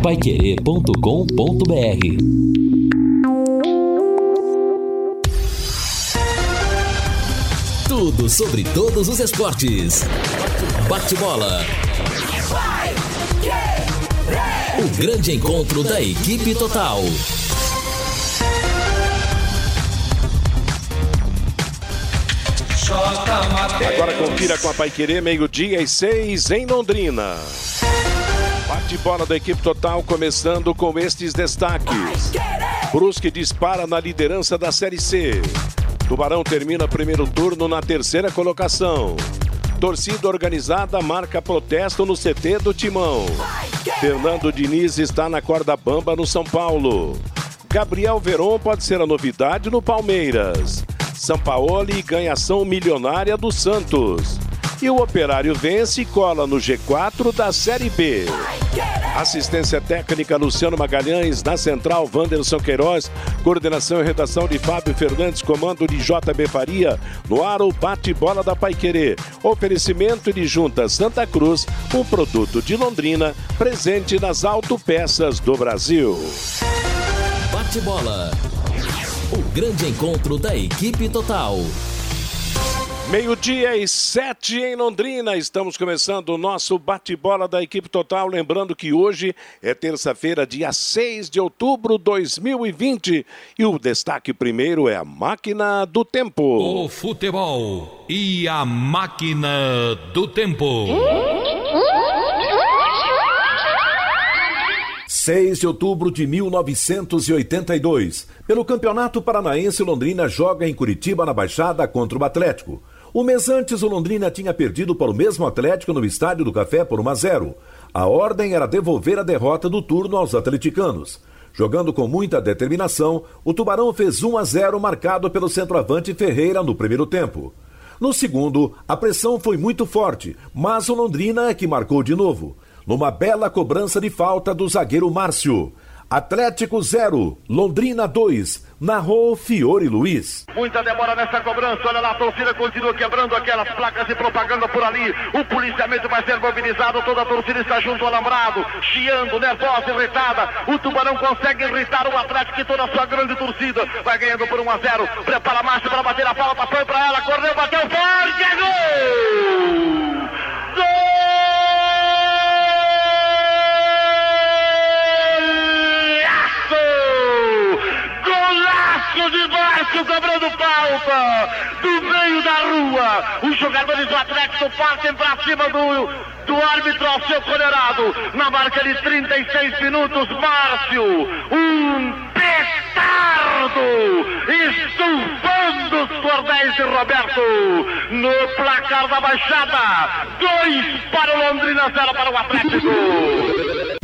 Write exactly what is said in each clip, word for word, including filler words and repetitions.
paiquerê ponto com ponto br. Tudo sobre todos os esportes. Bate-bola. O grande encontro da equipe total. Agora confira com a Paiquerê, meio-dia e seis em Londrina. Bate-bola da equipe total começando com estes destaques. Brusque dispara na liderança da Série C. Tubarão termina primeiro turno na terceira colocação. Torcida organizada marca protesto no C T do Timão. Fernando Diniz está na corda bamba no São Paulo. Gabriel Veron pode ser a novidade no Palmeiras. Sampaoli ganha ação milionária do Santos. E o Operário vence e cola no G quatro da Série B. Assistência técnica Luciano Magalhães, na central Wanderson Queiroz, coordenação e redação de Fábio Fernandes, comando de J B Faria, no ar o bate-bola da Paiquerê. Oferecimento de Junta Santa Cruz, um produto de Londrina, presente nas autopeças do Brasil. Bate-bola. O grande encontro da equipe total. Meio-dia e sete em Londrina, estamos começando o nosso bate-bola da equipe total, lembrando que hoje é terça-feira, dia seis de outubro de dois mil e vinte, e o destaque primeiro é a máquina do tempo. O futebol e a máquina do tempo. seis de outubro de mil novecentos e oitenta e dois, pelo Campeonato Paranaense, Londrina joga em Curitiba, na Baixada, contra o Atlético. Um mês antes, o Londrina tinha perdido para o mesmo Atlético no Estádio do Café por um a zero. A ordem era devolver a derrota do turno aos atleticanos. Jogando com muita determinação, o Tubarão fez um a zero, marcado pelo centroavante Ferreira no primeiro tempo. No segundo, a pressão foi muito forte, mas o Londrina é que marcou de novo, numa bela cobrança de falta do zagueiro Márcio. Atlético zero, Londrina dois, narrou Fiore Luiz. Muita demora nessa cobrança, olha lá, a torcida continua quebrando aquelas placas de propaganda por ali. O policiamento vai ser mobilizado, toda a torcida está junto ao alambrado, chiando, nervosa, irritada. O Tubarão consegue irritar o Atlético e toda a sua grande torcida. Vai ganhando por um a zero, prepara a marcha para bater a falta, foi para ela, correu, bateu forte, é gol! Gol! De baixo, cobrando falta do meio da rua. Os jogadores do Atlético partem para cima do, do árbitro ao seu colorado. Na marca de trinta e seis minutos, Márcio, um petardo, estufando os cordéis de Roberto. No placar da Baixada, dois para o Londrina, zero para o Atlético.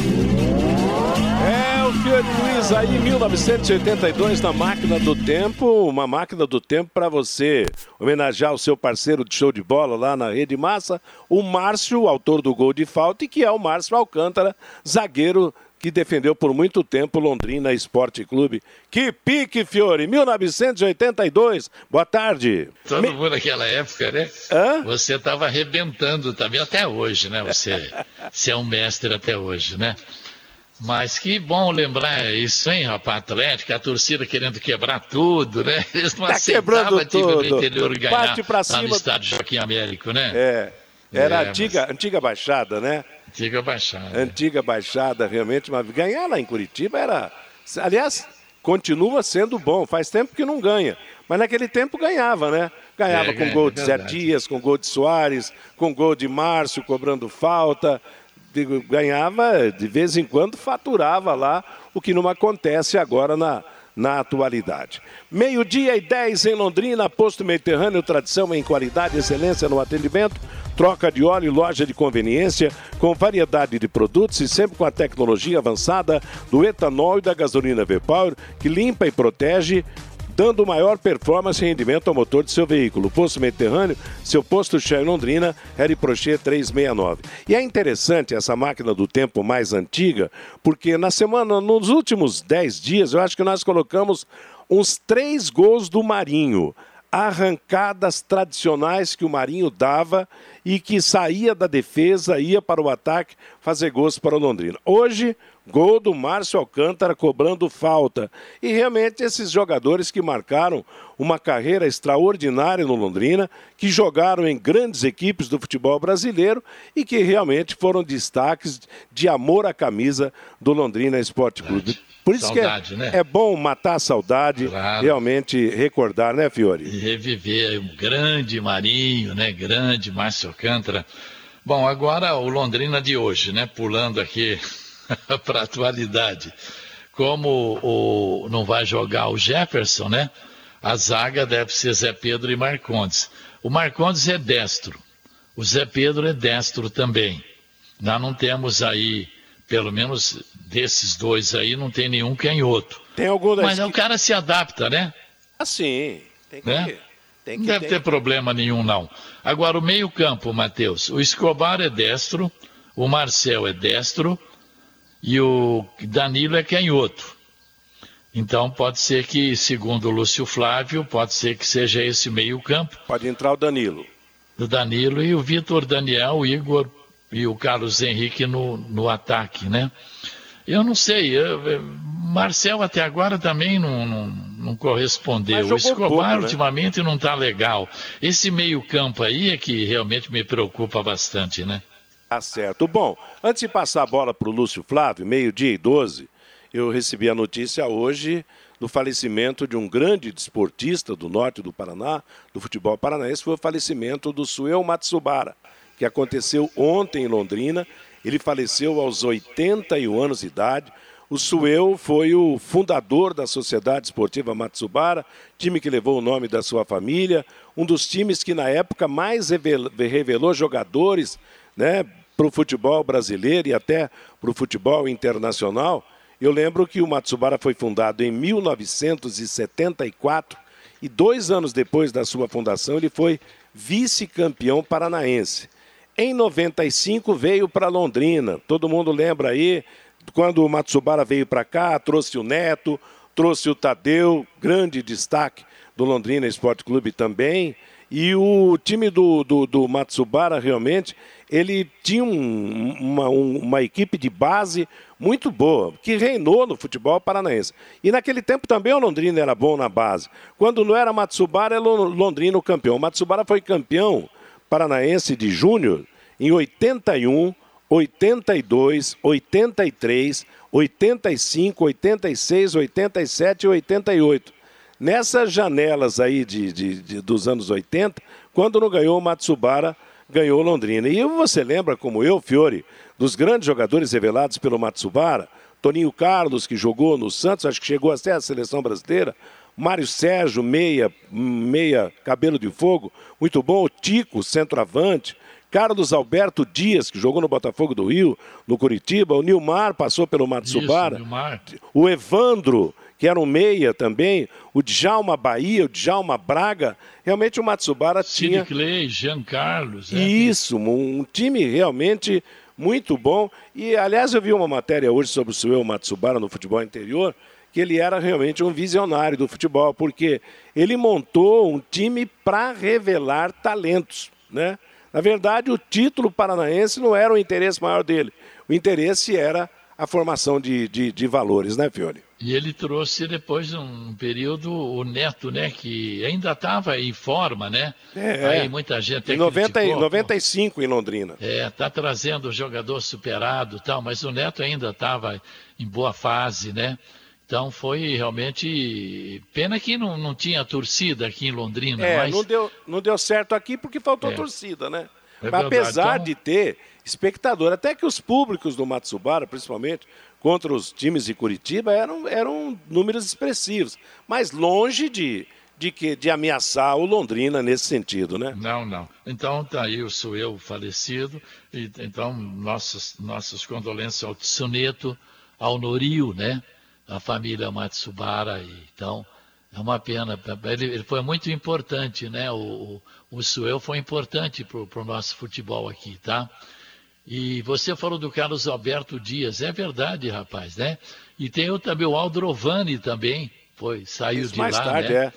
É o Fiore Luiz aí, mil novecentos e oitenta e dois, na máquina do tempo, uma máquina do tempo para você homenagear o seu parceiro de show de bola lá na Rede Massa, o Márcio, autor do gol de falta, e que é o Márcio Alcântara, zagueiro que defendeu por muito tempo o Londrina Esporte Clube. Que pique, Fiore, mil novecentos e oitenta e dois, boa tarde. Todo Me... mundo naquela época, né? Hã? Você estava arrebentando também até hoje, né? Você, você é um mestre até hoje, né? Mas que bom lembrar isso, hein, rapaz, Atlético, a torcida querendo quebrar tudo, né? Eles não tá aceitavam a time do interior ganhar Parte pra cima... lá no estádio Joaquim Américo, né? É, era a é, antiga, mas... antiga Baixada, né? Antiga Baixada. Antiga Baixada, realmente, mas ganhar lá em Curitiba era... Aliás, continua sendo bom, faz tempo que não ganha, mas naquele tempo ganhava, né? Ganhava é, com gol de Zé Dias, com gol de Soares, com gol de Márcio, cobrando falta... ganhava, de vez em quando faturava lá, o que não acontece agora na, na atualidade. Meio-dia e dez em Londrina, Posto Mediterrâneo, tradição em qualidade e excelência no atendimento, troca de óleo e loja de conveniência, com variedade de produtos e sempre com a tecnologia avançada do etanol e da gasolina V-Power, que limpa e protege, dando maior performance e rendimento ao motor de seu veículo. Posto Mediterrâneo, seu posto Shell Londrina, Harry Prochet trezentos e sessenta e nove. E é interessante essa máquina do tempo mais antiga, porque na semana, nos últimos dez dias, eu acho que nós colocamos uns três gols do Marinho. arrancadas tradicionais que o Marinho dava e que saía da defesa, ia para o ataque fazer gols para o Londrina. Hoje, gol do Márcio Alcântara cobrando falta. E realmente esses jogadores que marcaram uma carreira extraordinária no Londrina, que jogaram em grandes equipes do futebol brasileiro e que realmente foram destaques de amor à camisa do Londrina Esporte Clube. Por isso saudade, que é, né? é bom matar a saudade, claro. Realmente recordar, né, Fiore? E reviver um grande Marinho, né? Grande Márcio Alcântara. Bom, agora o Londrina de hoje, né? Pulando aqui para a atualidade. Como o, não vai jogar o Jefferson, né? A zaga deve ser Zé Pedro e Marcondes. O Marcondes é destro. O Zé Pedro é destro também. Nós não temos aí, pelo menos desses dois aí, não tem nenhum canhoto. Tem algum Mas que... o cara se adapta, né? Ah, sim. Tem que, né? tem que Não deve tem... ter problema nenhum, não. Agora, o meio-campo, Matheus. O Escobar é destro, o Marcel é destro e o Danilo é canhoto. Então, pode ser que, segundo o Lúcio Flávio, pode ser que seja esse meio-campo. Pode entrar o Danilo. O Danilo e o Vitor Daniel, o Igor e o Carlos Henrique no, no ataque, né? Eu não sei, eu, eu, Marcel até agora também não, não, não correspondeu. O Escobar pouco, né? Ultimamente não está legal. Esse meio-campo aí é que realmente me preocupa bastante, né? Tá certo. Bom, antes de passar a bola para o Lúcio Flávio, meio-dia e doze, eu recebi a notícia hoje do falecimento de um grande desportista do norte do Paraná, do futebol paranaense, foi o falecimento do Suel Matsubara, que aconteceu ontem em Londrina. Ele faleceu aos oitenta e um anos de idade. O Suel foi o fundador da Sociedade Esportiva Matsubara, time que levou o nome da sua família, um dos times que na época mais revelou jogadores, né, para o futebol brasileiro e até para o futebol internacional. Eu lembro que o Matsubara foi fundado em mil novecentos e setenta e quatro e dois anos depois da sua fundação ele foi vice-campeão paranaense. Em noventa e cinco veio para Londrina, todo mundo lembra aí, quando o Matsubara veio para cá, trouxe o Neto, trouxe o Tadeu, grande destaque do Londrina Esporte Clube também. E o time do, do, do Matsubara realmente, ele tinha um, uma, um, uma equipe de base muito boa, que reinou no futebol paranaense. E naquele tempo também o Londrina era bom na base. Quando não era Matsubara, era Londrina o campeão. O Matsubara foi campeão paranaense de júnior em oitenta e um, oitenta e dois, oitenta e três, oitenta e cinco, oitenta e seis, oitenta e sete e oitenta e oito. Nessas janelas aí de, de, de, dos anos oitenta, quando não ganhou o Matsubara, ganhou Londrina. E você lembra, como eu, Fiore, dos grandes jogadores revelados pelo Matsubara? Toninho Carlos, que jogou no Santos, acho que chegou até a seleção brasileira. Mário Sérgio, meia, meia cabelo de fogo, muito bom. O Tico, centroavante. Carlos Alberto Dias, que jogou no Botafogo do Rio, no Curitiba. O Nilmar passou pelo Matsubara. Isso, Nilmar. O Evandro, que era um meia também, o Djalma Bahia, o Djalma Braga, realmente o Matsubara Cid tinha... Clay, Jean Carlos. É. Isso, um time realmente muito bom. E, aliás, eu vi uma matéria hoje sobre o Suel Matsubara no futebol interior, que ele era realmente um visionário do futebol, porque ele montou um time para revelar talentos, né? Na verdade, o título paranaense não era o interesse maior dele. O interesse era a formação de, de, de valores, né, Fiore? E ele trouxe depois de um período o Neto, né, que ainda estava em forma, né? É, Aí é. muita gente até em noventa, criticou, noventa e cinco em Londrina. É, tá trazendo o jogador superado e tal, mas o Neto ainda estava em boa fase, né? Então foi realmente... Pena que não, não tinha torcida aqui em Londrina. É, mas... não, deu, não deu certo aqui porque faltou é. torcida, né? É mas apesar então... de ter espectador, até que os públicos do Matsubara, principalmente contra os times de Curitiba, eram, eram números expressivos. Mas longe de, de, que, de ameaçar o Londrina nesse sentido, né? Não, não. Então tá aí o Suel falecido. E, então nossas, nossas condolências ao Tsuneto, ao Norio, né? A família Matsubara, então é uma pena. Ele, ele foi muito importante, né? O, o, o Suel foi importante para o nosso futebol aqui, tá? E você falou do Carlos Alberto Dias, é verdade, rapaz, né? E tem o, também o Aldrovani também, foi, saiu Isso de mais lá, tarde, né? é.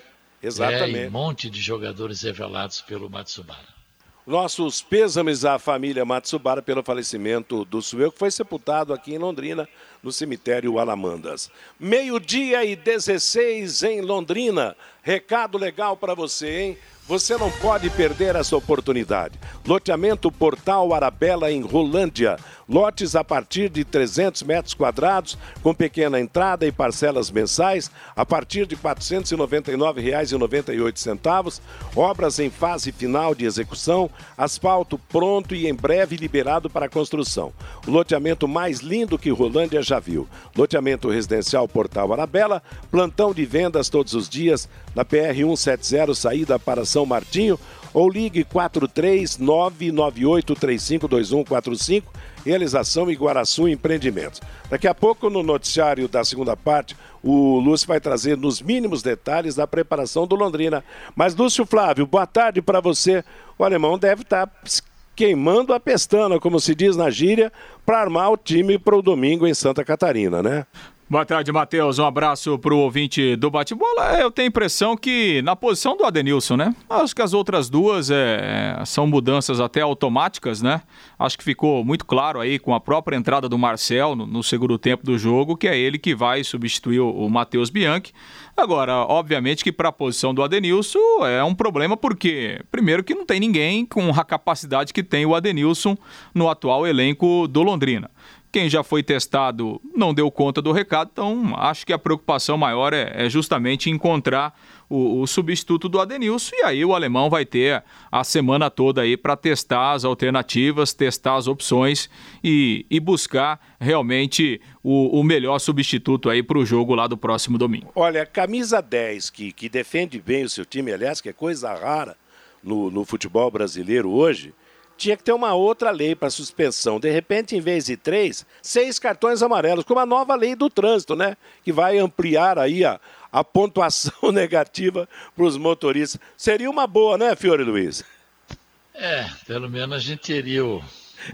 Exatamente. É, e um monte de jogadores revelados pelo Matsubara. Nossos pêsames à família Matsubara pelo falecimento do Suel, que foi sepultado aqui em Londrina, no cemitério Alamandas. Meio-dia e dezesseis em Londrina. Recado legal para você, hein? Você não pode perder essa oportunidade. Loteamento Portal Arabella em Rolândia. Lotes a partir de trezentos metros quadrados, com pequena entrada e parcelas mensais, a partir de quatrocentos e noventa e nove reais e noventa e oito centavos. Obras em fase final de execução, asfalto pronto e em breve liberado para construção. O loteamento mais lindo que Rolândia já viu. Loteamento Residencial Portal Arabella, plantão de vendas todos os dias na P R cento e setenta, saída para São Martinho, ou ligue quatro três nove nove oito três cinco dois um quatro cinco, realização Iguaraçu Empreendimentos. Daqui a pouco, no noticiário da segunda parte, o Lúcio vai trazer nos mínimos detalhes da preparação do Londrina. Mas, Lúcio Flávio, boa tarde para você. O alemão deve estar queimando a pestana, como se diz na gíria, para armar o time para o domingo em Santa Catarina, né? Boa tarde, Matheus. Um abraço para o ouvinte do Bate-Bola. Eu tenho a impressão que na posição do Adenilson, né? Acho que as outras duas é, são mudanças até automáticas, né? Acho que ficou muito claro aí com a própria entrada do Marcel no, no segundo tempo do jogo, que é ele que vai substituir o, o Matheus Bianchi. Agora, obviamente que para a posição do Adenilson é um problema porque, primeiro, que não tem ninguém com a capacidade que tem o Adenilson no atual elenco do Londrina. Quem já foi testado não deu conta do recado, então acho que a preocupação maior é, é justamente encontrar o, o substituto do Adenilson, e aí o alemão vai ter a semana toda aí para testar as alternativas, testar as opções e, e buscar realmente o, o melhor substituto aí para o jogo lá do próximo domingo. Olha, camisa dez, que, que defende bem o seu time, aliás, que é coisa rara no, no futebol brasileiro hoje, tinha que ter uma outra lei para suspensão. De repente, em vez de três, seis cartões amarelos, como a nova lei do trânsito, né? Que vai ampliar aí a, a pontuação negativa para os motoristas. Seria uma boa, né, Fiore Luiz? É, pelo menos a gente teria o, o,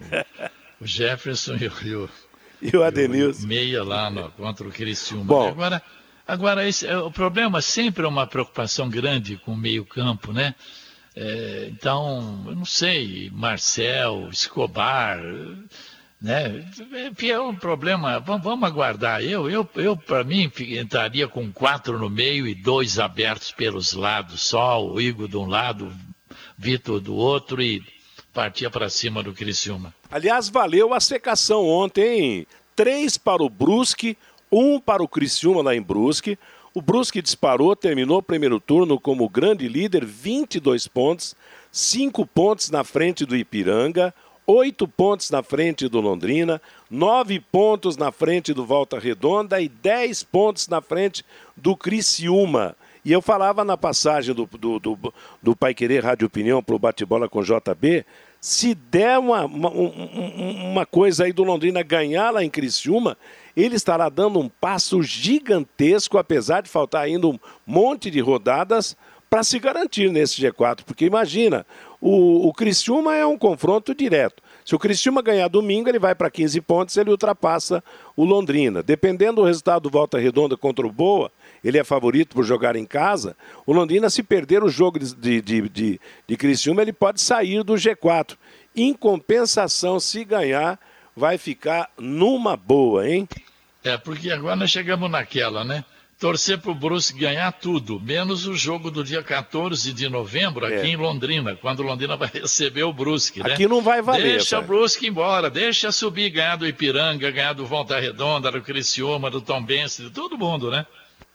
o Jefferson e o, e o, e o Adenilson. E o meia lá no, contra o Criciúma. Bom, agora, agora esse, o problema sempre é uma preocupação grande com o meio campo, né? É, então, eu não sei, Marcel, Escobar, né? É um problema, vamos, vamos aguardar. Eu, eu, eu para mim, entraria com quatro no meio e dois abertos pelos lados, só o Igor de um lado, Vitor do outro, e partia para cima do Criciúma. Aliás, valeu a secação ontem, três para o Brusque, um para o Criciúma lá em Brusque. O Brusque disparou, terminou o primeiro turno como grande líder, vinte e dois pontos, cinco pontos na frente do Ipiranga, oito pontos na frente do Londrina, nove pontos na frente do Volta Redonda e dez pontos na frente do Criciúma. E eu falava na passagem do, do, do, do Pai Querer Rádio Opinião para o Bate-Bola com J B, se der uma, uma, uma coisa aí do Londrina ganhar lá em Criciúma, ele estará dando um passo gigantesco, apesar de faltar ainda um monte de rodadas para se garantir nesse G quatro. Porque imagina, o, o Criciúma é um confronto direto. Se o Criciúma ganhar domingo, ele vai para quinze pontos, ele ultrapassa o Londrina. Dependendo do resultado do Volta Redonda contra o Boa, ele é favorito por jogar em casa. O Londrina, se perder o jogo de, de, de, de Criciúma, ele pode sair do G quatro. Em compensação, se ganhar, vai ficar numa boa, hein? É, porque agora nós chegamos naquela, né? Torcer para o Brusque ganhar tudo, menos o jogo do dia quatorze de novembro aqui é. em Londrina, quando o Londrina vai receber o Brusque, né? Aqui não vai valer. Deixa pai. o Brusque embora, deixa subir, ganhar do Ipiranga, ganhar do Volta Redonda, do Criciúma, do Tombense, de todo mundo, né?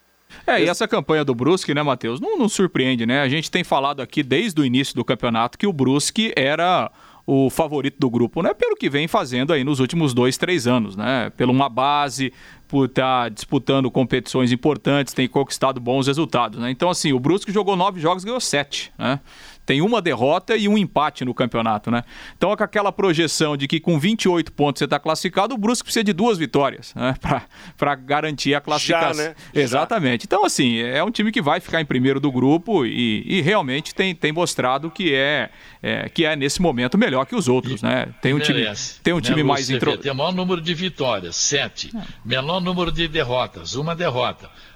É, e essa campanha do Brusque, né, Matheus, não nos surpreende, né? A gente tem falado aqui desde o início do campeonato que o Brusque era o favorito do grupo, né? Pelo que vem fazendo aí nos últimos dois, três anos, né? Pela uma base, por estar disputando competições importantes, tem conquistado bons resultados, né? Então, assim, o Brusque jogou nove jogos e ganhou sete, né? Tem uma derrota e um empate no campeonato, né? Então, com aquela projeção de que com vinte e oito pontos você está classificado, o Brusque precisa de duas vitórias, né? Para garantir a classificação. Já, né? Exatamente. Já. Então, assim, é um time que vai ficar em primeiro do grupo e, e realmente tem, tem mostrado que é, é, que é, nesse momento, melhor que os outros, e, né? Tem um time, tem um time né, mais... Intro... Tem o maior número de vitórias, sete. É. Menor número de derrotas, uma derrota.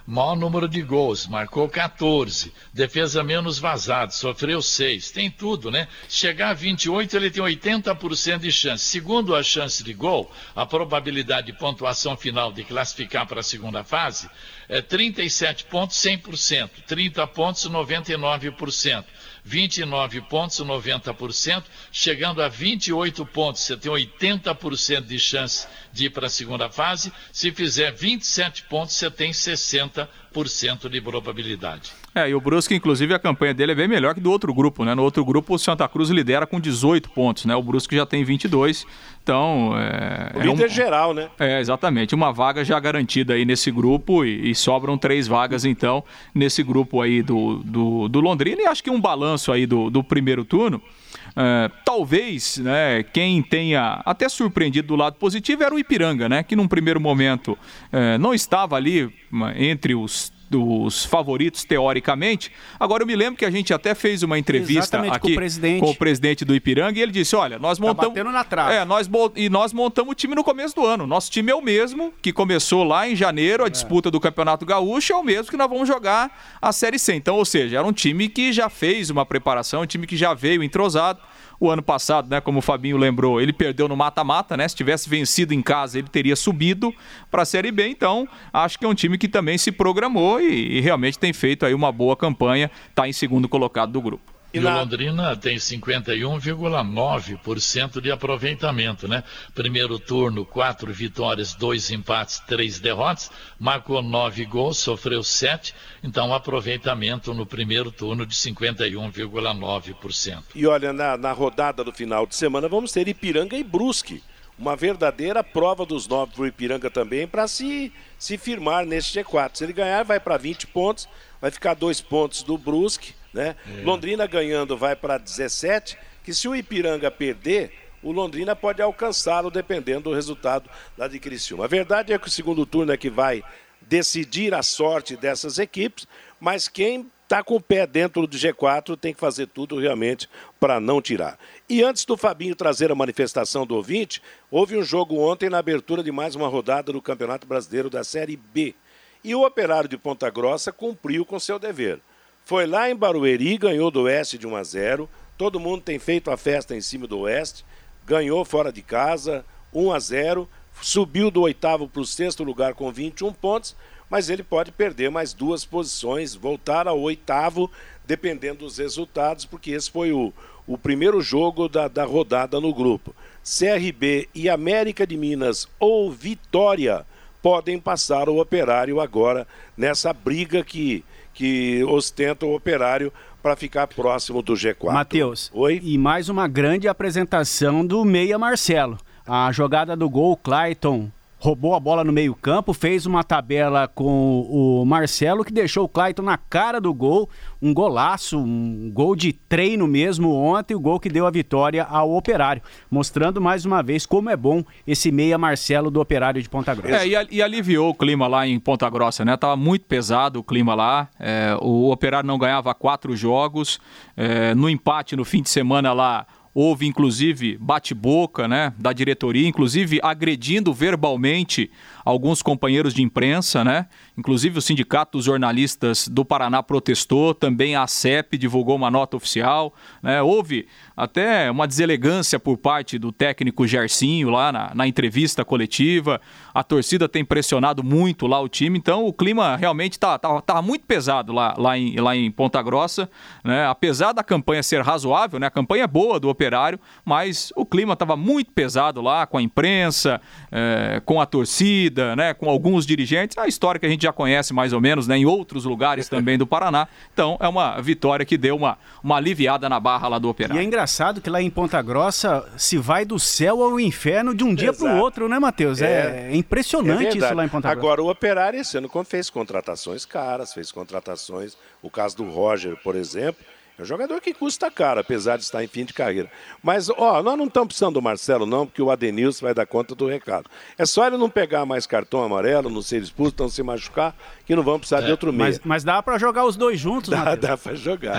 Maior número de gols, marcou quatorze. Defesa menos vazada, sofreu seis. Tem tudo, né? Chegar a vinte e oito, ele tem oitenta por cento de chance. Segundo a chance de gol, a probabilidade de pontuação final de classificar para a segunda fase é trinta e sete pontos, cem por cento. trinta pontos, noventa e nove por cento. vinte e nove pontos, noventa por cento, chegando a vinte e oito pontos, você tem oitenta por cento de chance de ir para a segunda fase. Se fizer vinte e sete pontos, você tem sessenta por cento de probabilidade. É, e o Brusque, inclusive, a campanha dele é bem melhor que do outro grupo, né? No outro grupo, o Santa Cruz lidera com dezoito pontos, né? O Brusque já tem vinte e dois, então... É, o líder é um, geral, né? É, exatamente. Uma vaga já garantida aí nesse grupo e, e sobram três vagas, então, nesse grupo aí do, do, do Londrina. E acho que um balanço aí do, do primeiro turno. É, talvez, né, quem tenha até surpreendido do lado positivo era o Ipiranga, né? Que num primeiro momento é, não estava ali entre os dos favoritos teoricamente. Agora eu me lembro que a gente até fez uma entrevista Exatamente, aqui com o presidente. com o presidente do Ipiranga e ele disse, olha, nós montamos... Tá batendo na trave. É, nós, e nós montamos o time no começo do ano. Nosso time é o mesmo que começou lá em janeiro, a é. disputa do Campeonato Gaúcho é o mesmo que nós vamos jogar a Série C. Então, ou seja, era um time que já fez uma preparação, um time que já veio entrosado. O ano passado, né, como o Fabinho lembrou, ele perdeu no mata-mata, né? Se tivesse vencido em casa, ele teria subido para a Série B. Então, acho que é um time que também se programou e, e realmente tem feito aí uma boa campanha, está em segundo colocado do grupo. E o Londrina tem cinquenta e um vírgula nove por cento de aproveitamento, né? Primeiro turno, quatro vitórias, dois empates, três derrotas, marcou nove gols, sofreu sete, então aproveitamento no primeiro turno de cinquenta e um vírgula nove por cento. E olha, na, na rodada do final de semana vamos ter Ipiranga e Brusque, uma verdadeira prova dos nove para o Ipiranga também, para se, se firmar nesse G quatro. Se ele ganhar, vai para vinte pontos, vai ficar dois pontos do Brusque, né? É. Londrina ganhando vai para dezessete, que se o Ipiranga perder, o Londrina pode alcançá-lo dependendo do resultado lá de Criciúma. A verdade é que o segundo turno é que vai decidir a sorte dessas equipes, mas quem está com o pé dentro do G quatro tem que fazer tudo realmente para não tirar. E antes do Fabinho trazer a manifestação do ouvinte, houve um jogo ontem na abertura de mais uma rodada do Campeonato Brasileiro da Série B. E o Operário de Ponta Grossa cumpriu com seu dever. Foi lá em Barueri, ganhou do Oeste de um a zero. Todo mundo tem feito a festa em cima do Oeste. Ganhou fora de casa, um a zero. Subiu do oitavo para o sexto lugar com vinte e um pontos. Mas ele pode perder mais duas posições, voltar ao oitavo, dependendo dos resultados, porque esse foi o, o primeiro jogo da, da rodada no grupo. C R B e América de Minas ou Vitória podem passar o Operário agora nessa briga que... que ostenta o Operário para ficar próximo do G quatro. Matheus, Oi? E mais uma grande apresentação do Meia Marcelo. A jogada do gol, Clayton roubou a bola no meio campo, fez uma tabela com o Marcelo, que deixou o Clayton na cara do gol, um golaço, um gol de treino mesmo ontem, o gol que deu a vitória ao Operário, mostrando mais uma vez como é bom esse Meia Marcelo do Operário de Ponta Grossa. É, e, e aliviou o clima lá em Ponta Grossa, né? Tava muito pesado o clima lá, é, o Operário não ganhava quatro jogos, é, no empate no fim de semana lá, houve, inclusive, bate-boca, né, da diretoria, inclusive agredindo verbalmente alguns companheiros de imprensa, né? Inclusive o Sindicato dos Jornalistas do Paraná protestou, também a ACEP divulgou uma nota oficial, né? Houve até uma deselegância por parte do técnico Gersinho lá na, na entrevista coletiva. A torcida tem pressionado muito lá o time, então o clima realmente tá, tá, tá muito pesado lá, lá, em, lá em Ponta Grossa, né? Apesar da campanha ser razoável, né? A campanha é boa do Operário, mas o clima estava muito pesado lá com a imprensa, é, com a torcida, né? Com alguns dirigentes, a história que a gente já conhece mais ou menos, né? Em outros lugares também do Paraná. Então é uma vitória que deu uma, uma aliviada na barra lá do Operário. E é engraçado que lá em Ponta Grossa se vai do céu ao inferno de um dia para o outro, né, Matheus? É, é impressionante é isso lá em Ponta Grossa. Agora o Operário esse ano fez contratações caras, fez contratações, o caso do Roger, por exemplo, é um jogador que custa caro, apesar de estar em fim de carreira. Mas, ó, nós não estamos precisando do Marcelo, não, porque o Adenilson vai dar conta do recado. É só ele não pegar mais cartão amarelo, não ser expulso, não se machucar, que não vamos precisar é, de outro meio. Mas, mas dá para jogar os dois juntos, Dá, Matheus? dá para jogar.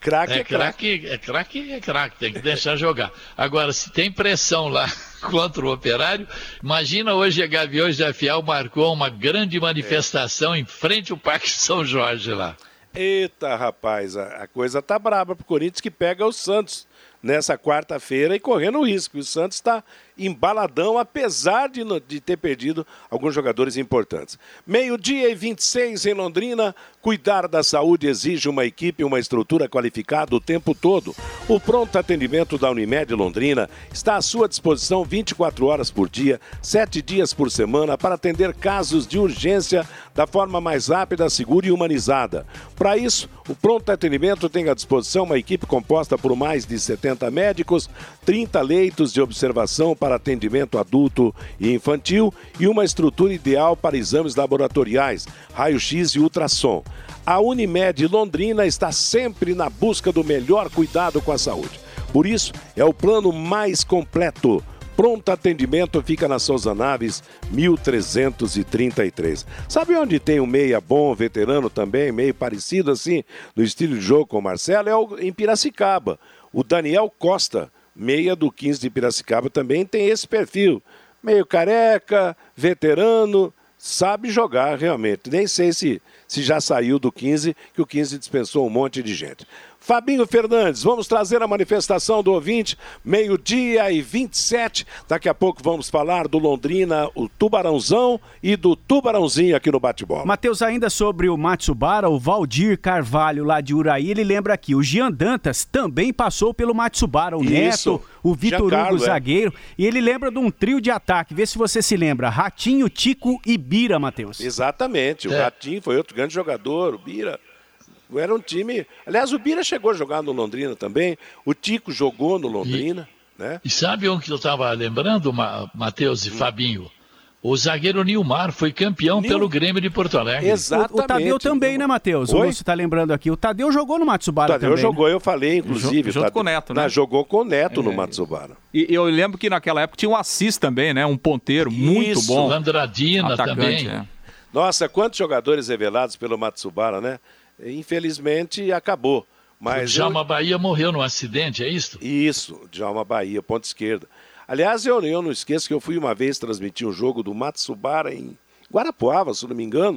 Craque é, é craque. É craque, é craque, tem que deixar jogar. Agora, se tem pressão lá contra o Operário, imagina hoje a Gaviões da Fiel marcou uma grande manifestação é. em frente ao Parque São Jorge lá. Eita, rapaz, a, a coisa tá braba pro Corinthians, que pega o Santos nessa quarta-feira e correndo o risco. O Santos está embaladão, apesar de, de ter perdido alguns jogadores importantes. Meio-dia e vinte e seis em Londrina. Cuidar da saúde exige uma equipe e uma estrutura qualificada o tempo todo. O pronto atendimento da Unimed Londrina está à sua disposição vinte e quatro horas por dia, sete dias por semana, para atender casos de urgência da forma mais rápida, segura e humanizada. Para isso, o pronto atendimento tem à disposição uma equipe composta por mais de setenta médicos, trinta leitos de observação para atendimento adulto e infantil e uma estrutura ideal para exames laboratoriais, raio-x e ultrassom. A Unimed Londrina está sempre na busca do melhor cuidado com a saúde. Por isso, é o plano mais completo. Pronto atendimento fica na Souza Naves, mil trezentos e trinta e três. Sabe onde tem um meia bom, veterano também, meio parecido assim, no estilo de jogo com o Marcelo? É o, em Piracicaba. O Daniel Costa, meia do quinze de Piracicaba, também tem esse perfil. Meio careca, veterano, sabe jogar realmente. Nem sei se, se já saiu do quinze, que o quinze dispensou um monte de gente. Fabinho Fernandes, vamos trazer a manifestação do ouvinte, meio-dia e vinte e sete. Daqui a pouco vamos falar do Londrina, o Tubarãozão e do Tubarãozinho aqui no Bate-Bola. Matheus, ainda sobre o Matsubara, o Valdir Carvalho lá de Uraí, ele lembra aqui, o Jean Dantas também passou pelo Matsubara, o Isso. Neto, o Vitor Hugo, zagueiro, é. e ele lembra de um trio de ataque, vê se você se lembra, Ratinho, Tico e Bira, Matheus. Exatamente, o é. Ratinho foi outro grande jogador, o Bira... Era um time... Aliás, o Bira chegou a jogar no Londrina também. O Tico jogou no Londrina. E, né? e sabe um que eu estava lembrando, Matheus e hum. Fabinho? O zagueiro Nilmar foi campeão Nil... pelo Grêmio de Porto Alegre. Exatamente. O, o Tadeu também, né, Matheus? O Lúcio está lembrando aqui. O Tadeu jogou no Matsubara também. O Tadeu jogou, né? Eu falei, inclusive. Junto, junto com o Neto, né? Na, jogou com o Neto é. no Matsubara. E eu lembro que naquela época tinha um Assis também, né? Um ponteiro Isso. muito bom. O Andradina Atacante, também. É. Nossa, quantos jogadores revelados pelo Matsubara, né? Infelizmente acabou. Mas o Djalma eu... Bahia morreu num acidente, é isso? Isso, Djalma Bahia, ponta esquerda. Aliás, eu, eu não esqueço que eu fui uma vez transmitir um jogo do Matsubara em Guarapuava, se não me engano.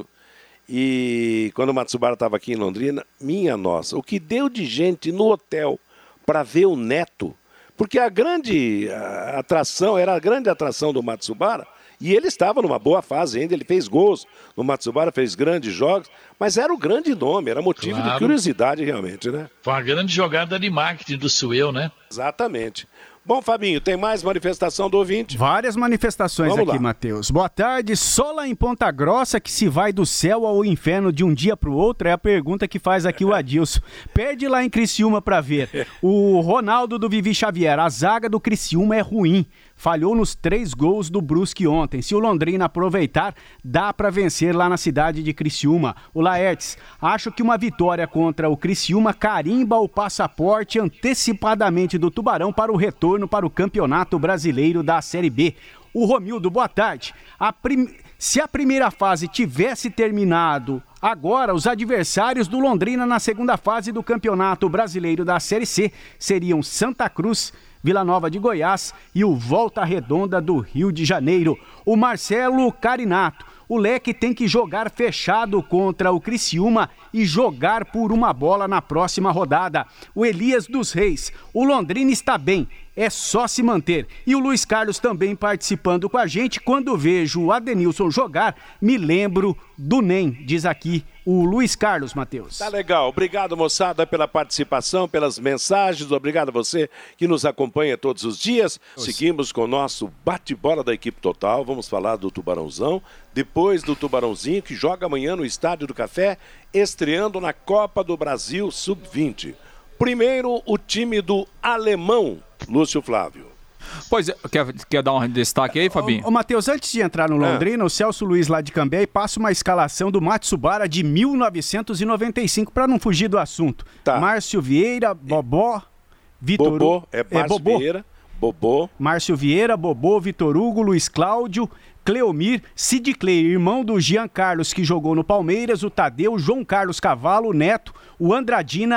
E quando o Matsubara estava aqui em Londrina, minha nossa, o que deu de gente no hotel para ver o Neto. Porque a grande a atração, era a grande atração do Matsubara. E ele estava numa boa fase ainda, ele fez gols no Matsubara, fez grandes jogos, mas era o grande nome, era motivo claro. de curiosidade realmente, né? Foi uma grande jogada de marketing do Suel, né? Exatamente. Bom, Fabinho, tem mais manifestação do ouvinte? Várias manifestações Vamos aqui, Matheus. Boa tarde. Só lá em Ponta Grossa que se vai do céu ao inferno de um dia para o outro é a pergunta que faz aqui o Adilson. Perde lá em Criciúma para ver. O Ronaldo do Vivi Xavier. A zaga do Criciúma é ruim. Falhou nos três gols do Brusque ontem. Se o Londrina aproveitar, dá para vencer lá na cidade de Criciúma. O Laertes, acho que uma vitória contra o Criciúma carimba o passaporte antecipadamente do Tubarão para o retorno para o Campeonato Brasileiro da Série B. O Romildo, boa tarde. A prim... Se a primeira fase tivesse terminado agora, os adversários do Londrina na segunda fase do Campeonato Brasileiro da Série C seriam Santa Cruz, Vila Nova de Goiás e o Volta Redonda do Rio de Janeiro. O Marcelo Carinato. O Leque tem que jogar fechado contra o Criciúma e jogar por uma bola na próxima rodada. O Elias dos Reis. O Londrina está bem, é só se manter. E o Luiz Carlos também participando com a gente. Quando vejo o Adenilson jogar, me lembro do N E M, diz aqui o Luiz Carlos, Matheus. Tá legal. Obrigado, moçada, pela participação, pelas mensagens. Obrigado a você que nos acompanha todos os dias. Nossa. Seguimos com o nosso bate-bola da equipe total. Vamos falar do Tubarãozão. Depois do Tubarãozinho, que joga amanhã no Estádio do Café, estreando na Copa do Brasil sub vinte. Primeiro, o time do Alemão, Lúcio Flávio. Pois é, quer, quer dar um destaque aí, Fabinho? Ô, ô Matheus, antes de entrar no Londrina, é. o Celso Luiz lá de Cambé passa uma escalação do Matsubara de mil novecentos e noventa e cinco, para não fugir do assunto. Tá. Márcio Vieira, Bobó, Vitor Hugo. Bobô, é Márcio é, Bobô. Vieira, Bobô. Márcio Vieira, Bobô, Vitor Hugo, Luiz Cláudio, Cleomir, Sid Clay, irmão do Jean Carlos, que jogou no Palmeiras, o Tadeu, João Carlos Cavalo, o Neto, o Andradina,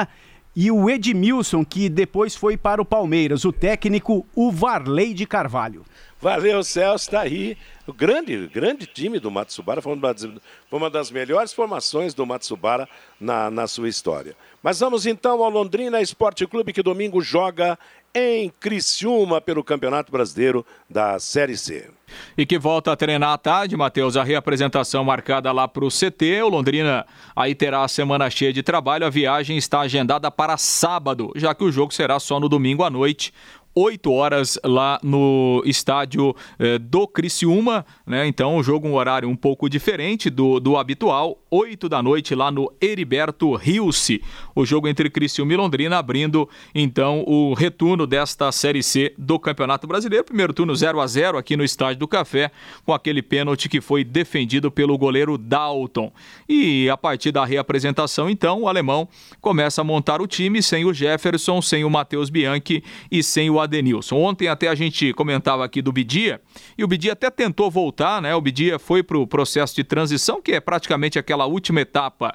e o Edmilson, que depois foi para o Palmeiras, o técnico, o Varley de Carvalho. Valeu, Celso, está aí. O grande, grande time do Matsubara, foi uma das, foi uma das melhores formações do Matsubara na, na sua história. Mas vamos então ao Londrina Esporte Clube, que domingo joga em Criciúma pelo Campeonato Brasileiro da Série C. E que volta a treinar à tarde, Matheus, a reapresentação marcada lá para o C T. O Londrina aí terá a semana cheia de trabalho. A viagem está agendada para sábado, já que o jogo será só no domingo à noite. oito horas lá no estádio eh, do Criciúma, né? Então o jogo um horário um pouco diferente do, do habitual, oito da noite lá no Heriberto Rilse. O jogo entre Criciúma e Londrina abrindo então o retorno desta Série C do Campeonato Brasileiro. Primeiro turno zero a zero aqui no Estádio do Café, com aquele pênalti que foi defendido pelo goleiro Dalton. E a partir da reapresentação então o alemão começa a montar o time sem o Jefferson, sem o Matheus Bianchi e sem o Adenilson. Ontem até a gente comentava aqui do Bidia, e o Bidia até tentou voltar, né? O Bidia foi para o processo de transição, que é praticamente aquela última etapa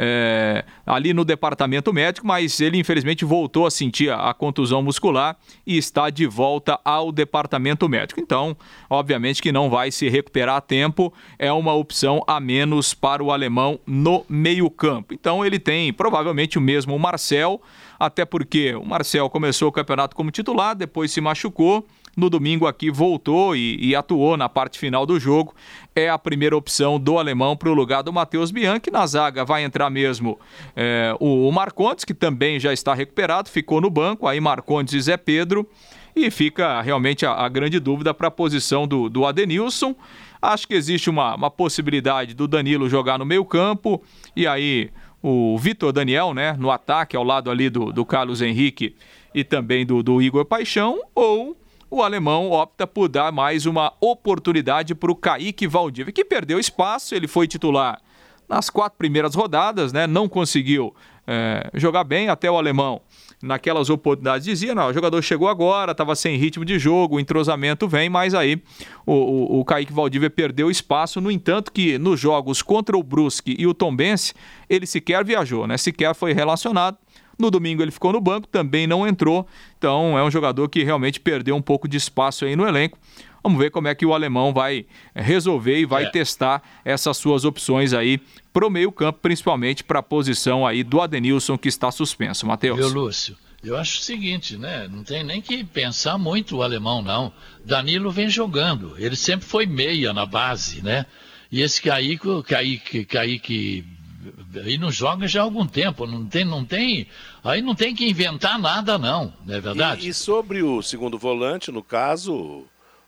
é, ali no departamento médico, mas ele infelizmente voltou a sentir a, a contusão muscular e está de volta ao departamento médico. Então, obviamente que não vai se recuperar a tempo, é uma opção a menos para o alemão no meio-campo. Então ele tem provavelmente o mesmo Marcel, até porque o Marcel começou o campeonato como titular, depois se machucou, no domingo aqui voltou e, e atuou na parte final do jogo. É a primeira opção do alemão para o lugar do Matheus Bianchi. Na zaga vai entrar mesmo é, o, o Marcondes, que também já está recuperado, ficou no banco, aí Marcondes e Zé Pedro, e fica realmente a, a grande dúvida para a posição do, do Adenilson. Acho que existe uma, uma possibilidade do Danilo jogar no meio campo, e aí o Vitor Daniel, né, no ataque, ao lado ali do, do Carlos Henrique e também do, do Igor Paixão, ou o alemão opta por dar mais uma oportunidade para o Kaique Valdívia, que perdeu espaço. Ele foi titular nas quatro primeiras rodadas, né, não conseguiu é, jogar bem, até o alemão naquelas oportunidades dizia, não, o jogador chegou agora, estava sem ritmo de jogo, o entrosamento vem, mas aí o, o, o Kaique Valdívia perdeu espaço. No entanto que nos jogos contra o Brusque e o Tombense, ele sequer viajou, né? Sequer foi relacionado. No domingo ele ficou no banco, também não entrou, então é um jogador que realmente perdeu um pouco de espaço aí no elenco. Vamos ver como é que o alemão vai resolver e vai é. testar essas suas opções aí pro meio campo, principalmente para a posição aí do Adenilson, que está suspenso. Matheus. Viu, Lúcio? Eu acho o seguinte, né? Não tem nem que pensar muito o alemão, não. Danilo vem jogando, ele sempre foi meia na base, né? E esse Kaique, Kaique, Kaique aí não joga já há algum tempo, não tem, não tem, aí não tem que inventar nada, não, não é verdade? E, e sobre o segundo volante, no caso,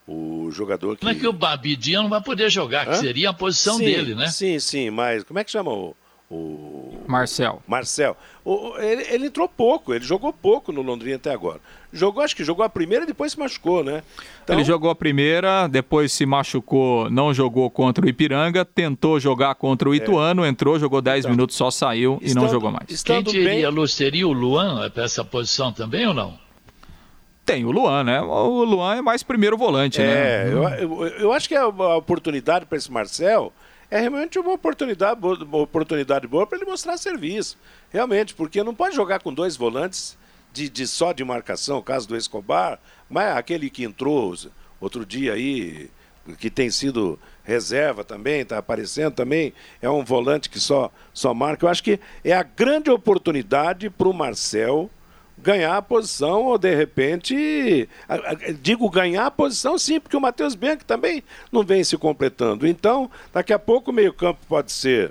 o jogador que... Como é que o Babidia não vai poder jogar, Hã? que seria a posição sim, dele, né? Sim, sim, mas como é que chama o... o... Marcel. Marcel. O, ele, ele entrou pouco, ele jogou pouco no Londrina até agora. Jogou, acho que jogou a primeira e depois se machucou, né? Então... Ele jogou a primeira, depois se machucou, não jogou contra o Ipiranga, tentou jogar contra o Ituano, é. entrou, jogou dez então, minutos, só saiu estando, e não jogou mais. Quem teria, Lu, seria o Luan para essa posição também ou não? Tem o Luan, né? O Luan é mais primeiro volante, é, né? Eu, eu, eu acho que a, a oportunidade para esse Marcel é realmente uma oportunidade, uma oportunidade boa para ele mostrar serviço. Realmente, porque não pode jogar com dois volantes de, de só de marcação, o caso do Escobar, mas aquele que entrou outro dia aí, que tem sido reserva também, está aparecendo também, é um volante que só, só marca. Eu acho que é a grande oportunidade para o Marcel ganhar a posição, ou de repente, digo ganhar a posição sim, porque o Matheus Bianchi também não vem se completando. Então, daqui a pouco o meio campo pode ser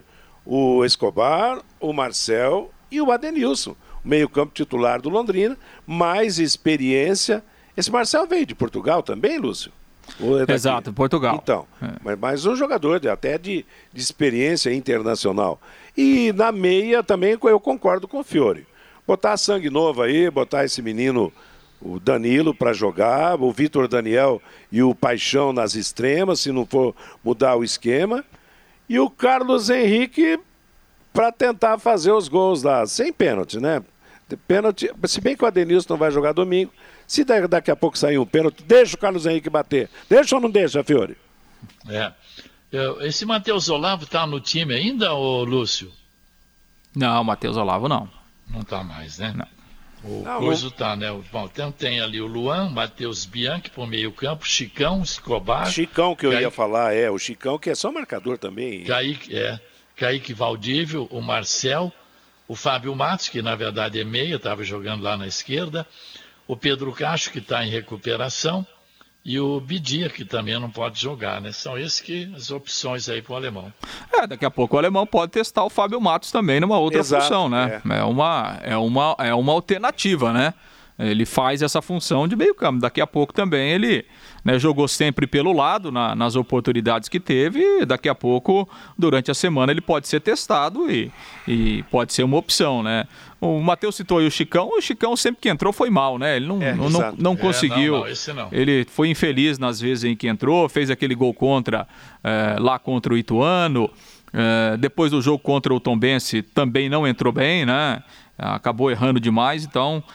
o Escobar, o Marcel e o Adenilson, o meio campo titular do Londrina, mais experiência. Esse Marcel veio de Portugal também, Lúcio? É Exato, Portugal. Então, é. mas, mas um jogador de, até de, de experiência internacional. E na meia também eu concordo com o Fiore. Botar sangue novo aí, botar esse menino, o Danilo, para jogar, o Vitor Daniel e o Paixão nas extremas, se não for mudar o esquema, e o Carlos Henrique para tentar fazer os gols lá, sem pênalti, né? Pênalti, se bem que o Adenilson não vai jogar domingo, se daqui a pouco sair um pênalti, deixa o Carlos Henrique bater. Deixa ou não deixa, Fiore? É. Esse Matheus Olavo tá no time ainda, ô Lúcio? Não, Matheus Olavo não. Não está mais, né? Não. O Não, Coiso tá, né? Bom, então tem ali o Luan, Matheus Bianchi por meio campo, Chicão, Escobar. Chicão que eu Kaique, ia falar, é, o Chicão que é só marcador também. Kaique, é, Kaique Valdívio, o Marcel, o Fábio Matos, que na verdade é meia, estava jogando lá na esquerda, o Pedro Cacho, que está em recuperação, e o Bidia, que também não pode jogar, né? São essas que, as opções aí para o alemão. É, daqui a pouco o alemão pode testar o Fábio Matos também numa outra Exato, função, né? É. é, uma, é, uma, é uma alternativa, né? Ele faz essa função de meio campo. Daqui a pouco também ele, né, jogou sempre pelo lado na, nas oportunidades que teve. E daqui a pouco, durante a semana, ele pode ser testado e, e pode ser uma opção, né? O Matheus citou aí o Chicão. O Chicão sempre que entrou foi mal, né? Ele não, é, não, não, não conseguiu. É, não, não, esse não. Ele foi infeliz nas vezes em que entrou. Fez aquele gol contra, é, lá contra o Ituano. É, depois do jogo contra o Tombense também não entrou bem, né? Acabou errando demais, então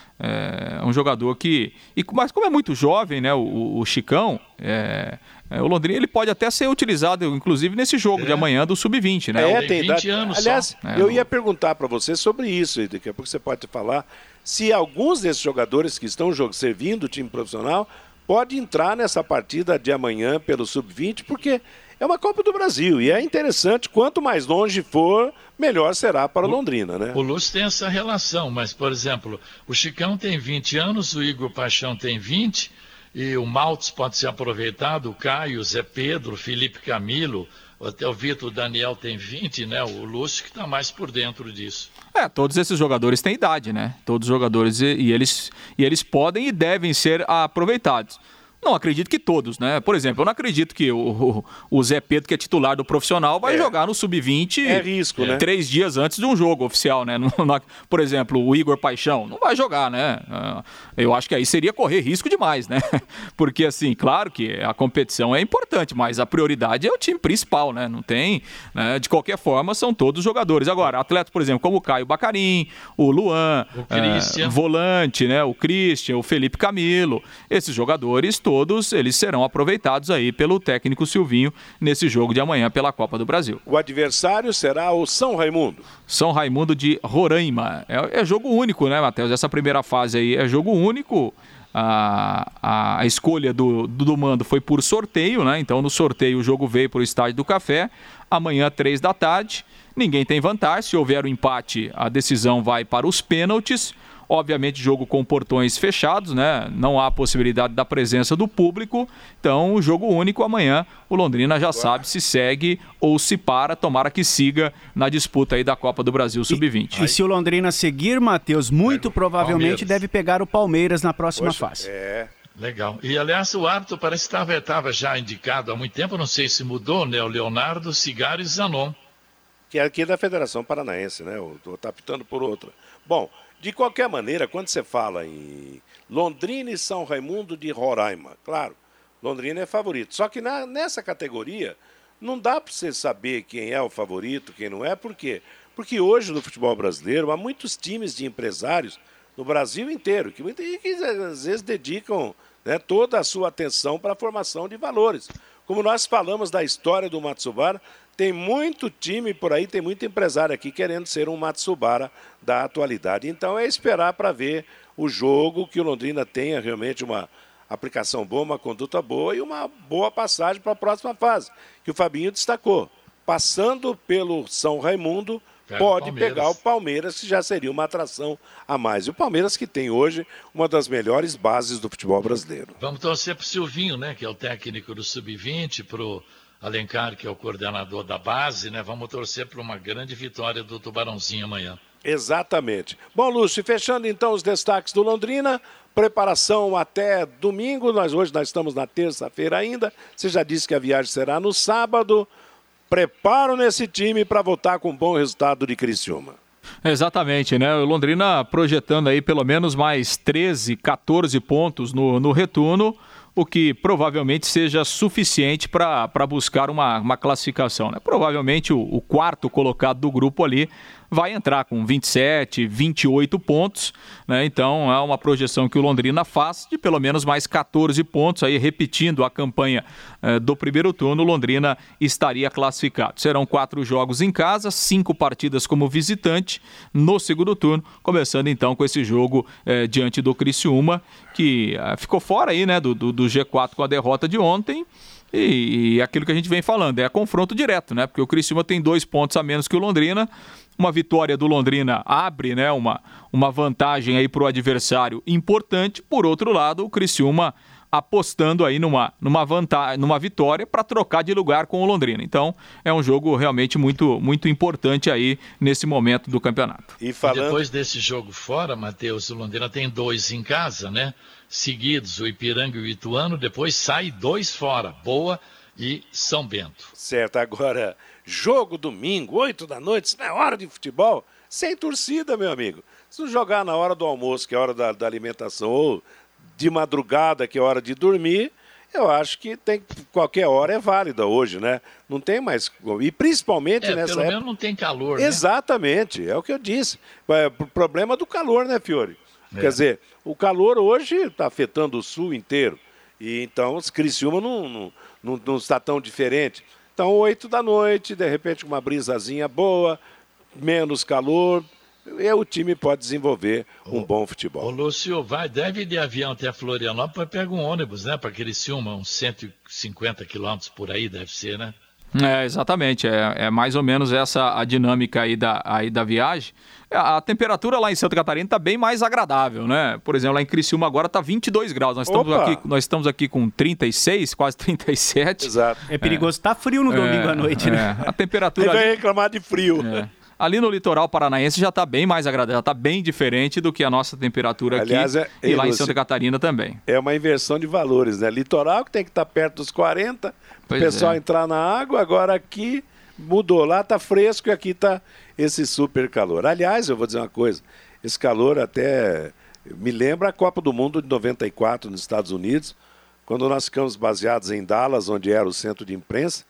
é um jogador que... E, mas como é muito jovem, né, o, o Chicão, é, é, o Londrina ele pode até ser utilizado, inclusive, nesse jogo é. de amanhã do sub vinte, né? É, tem vinte anos Aliás, só. eu ia perguntar para você sobre isso, e daqui a pouco você pode falar, se alguns desses jogadores que estão servindo o time profissional pode entrar nessa partida de amanhã pelo sub vinte, porque é uma Copa do Brasil e é interessante, quanto mais longe for, melhor será para o Londrina, né? O Lúcio tem essa relação, mas, por exemplo, o Chicão tem vinte anos, o Igor Paixão tem vinte, e o Maltz pode ser aproveitado, o Caio, o Zé Pedro, o Felipe Camilo, até o Vitor Daniel tem vinte, né? O Lúcio que está mais por dentro disso. É, todos esses jogadores têm idade, né? Todos os jogadores, e, e, eles, e eles podem e devem ser aproveitados. Não acredito que todos, né? Por exemplo, eu não acredito que o, o Zé Pedro, que é titular do profissional, vai é. jogar no sub vinte é risco, né? três dias antes de um jogo oficial, né? Não, não, por exemplo, o Igor Paixão não vai jogar, né? Eu acho que aí seria correr risco demais, né? Porque, assim, claro que a competição é importante, mas a prioridade é o time principal, né? Não tem, né? De qualquer forma, são todos jogadores. Agora, atletas, por exemplo, como o Caio Bacarim, o Luan, o é, volante, né? O Christian, o Felipe Camilo, esses jogadores todos eles serão aproveitados aí pelo técnico Silvinho nesse jogo de amanhã pela Copa do Brasil. O adversário será o São Raimundo. São Raimundo de Roraima. É, é jogo único, né, Matheus? Essa primeira fase aí é jogo único. A, a escolha do, do, do mando foi por sorteio, né? Então no sorteio o jogo veio para o Estádio do Café. Amanhã, três da tarde. Ninguém tem vantagem. Se houver o empate, a decisão vai para os pênaltis. Obviamente, jogo com portões fechados, né? Não há possibilidade da presença do público. Então, o jogo único amanhã, o Londrina já sabe se segue ou se para, tomara que siga na disputa aí da Copa do Brasil sub vinte. E, e se o Londrina seguir, Matheus, muito provavelmente Palmeiras. deve pegar o Palmeiras na próxima Poxa, fase. É. Legal. E, aliás, o árbitro parece que estava já indicado há muito tempo, não sei se mudou, né? O Leonardo Cigaro Zanon. Que é aqui da Federação Paranaense, né? Está apitando por outra. Bom, de qualquer maneira, quando você fala em Londrina e São Raimundo de Roraima, claro, Londrina é favorito. Só que na, nessa categoria, não dá para você saber quem é o favorito, quem não é. Por quê? Porque hoje no futebol brasileiro há muitos times de empresários no Brasil inteiro, que, que às vezes dedicam, né, toda a sua atenção para a formação de valores. Como nós falamos da história do Matsubara, tem muito time por aí, tem muito empresário aqui querendo ser um Matsubara da atualidade. Então é esperar para ver o jogo, que o Londrina tenha realmente uma aplicação boa, uma conduta boa e uma boa passagem para a próxima fase, que o Fabinho destacou. Passando pelo São Raimundo, Pega pode pegar o Palmeiras, que já seria uma atração a mais. E o Palmeiras que tem hoje uma das melhores bases do futebol brasileiro. Vamos torcer para o Silvinho, né, que é o técnico do sub vinte, para o Alencar, que é o coordenador da base, né? Vamos torcer para uma grande vitória do Tubarãozinho amanhã. Exatamente. Bom, Lúcio, fechando então os destaques do Londrina, preparação até domingo, nós hoje nós estamos na terça-feira ainda, você já disse que a viagem será no sábado, preparo nesse time para voltar com um bom resultado de Criciúma. Exatamente, né? O Londrina projetando aí pelo menos mais treze, quatorze pontos no, no retorno. o que provavelmente seja suficiente para buscar uma, uma classificação, né? Provavelmente o, o quarto colocado do grupo ali vai entrar com vinte e sete, vinte e oito pontos, né? Então é uma projeção que o Londrina faz de pelo menos mais catorze pontos, aí repetindo a campanha eh, do primeiro turno, o Londrina estaria classificado. Serão quatro jogos em casa, cinco partidas como visitante no segundo turno, começando então com esse jogo eh, diante do Criciúma, que eh, ficou fora aí, né, do, do, do G quatro com a derrota de ontem. E, e aquilo que a gente vem falando, é confronto direto, né? Porque o Criciúma tem dois pontos a menos que o Londrina. Uma vitória do Londrina abre, né, uma, uma vantagem aí para o adversário importante. Por outro lado, o Criciúma apostando aí numa, numa, vantagem, numa vitória para trocar de lugar com o Londrina. Então, é um jogo realmente muito, muito importante aí nesse momento do campeonato. E falando... Depois desse jogo fora, Matheus, o Londrina tem dois em casa, né? Seguidos, o Ipiranga e o Ituano, depois sai dois fora, Boa e São Bento. Certo, agora, jogo domingo, oito da noite, isso não é hora de futebol, sem torcida, meu amigo. Se jogar na hora do almoço, que é a hora da, da alimentação, ou de madrugada, que é hora de dormir, eu acho que tem, qualquer hora é válida hoje, né? Não tem mais... E principalmente é, nessa pelo época... menos não tem calor, Exatamente, né? É o que eu disse. É o problema do calor, né, Fiore? É. Quer dizer, o calor hoje está afetando o sul inteiro. E então, os Criciúma não, não, não, não está tão diferente. Então, oito da noite, de repente, uma brisazinha boa, menos calor, e o time pode desenvolver um ô, bom futebol. Ô, Lúcio, vai, deve ir de avião até Florianópolis, pega um ônibus, né, para Criciúma, uns cento e cinquenta quilômetros por aí, deve ser, né? É, exatamente, é, é mais ou menos essa a dinâmica aí da, aí da viagem. A, a temperatura lá em Santa Catarina está bem mais agradável, né? Por exemplo, lá em Criciúma agora está vinte e dois graus, nós estamos, aqui, nós estamos aqui com trinta e seis, quase trinta e sete. Exato. É perigoso, está é, frio no domingo é, à noite, né? É, a temperatura... Ele vai reclamar de frio. É. Ali no litoral paranaense já está bem mais agradável, já está bem diferente do que a nossa temperatura Aliás, aqui é, e lá Lúcio, em Santa Catarina também. É uma inversão de valores, né? Litoral que tem que estar tá perto dos quarenta, o pessoal é. entrar na água, agora aqui mudou, lá está fresco e aqui está esse super calor. Aliás, eu vou dizer uma coisa, esse calor até me lembra a Copa do Mundo de noventa e quatro nos Estados Unidos, quando nós ficamos baseados em Dallas, onde era o centro de imprensa.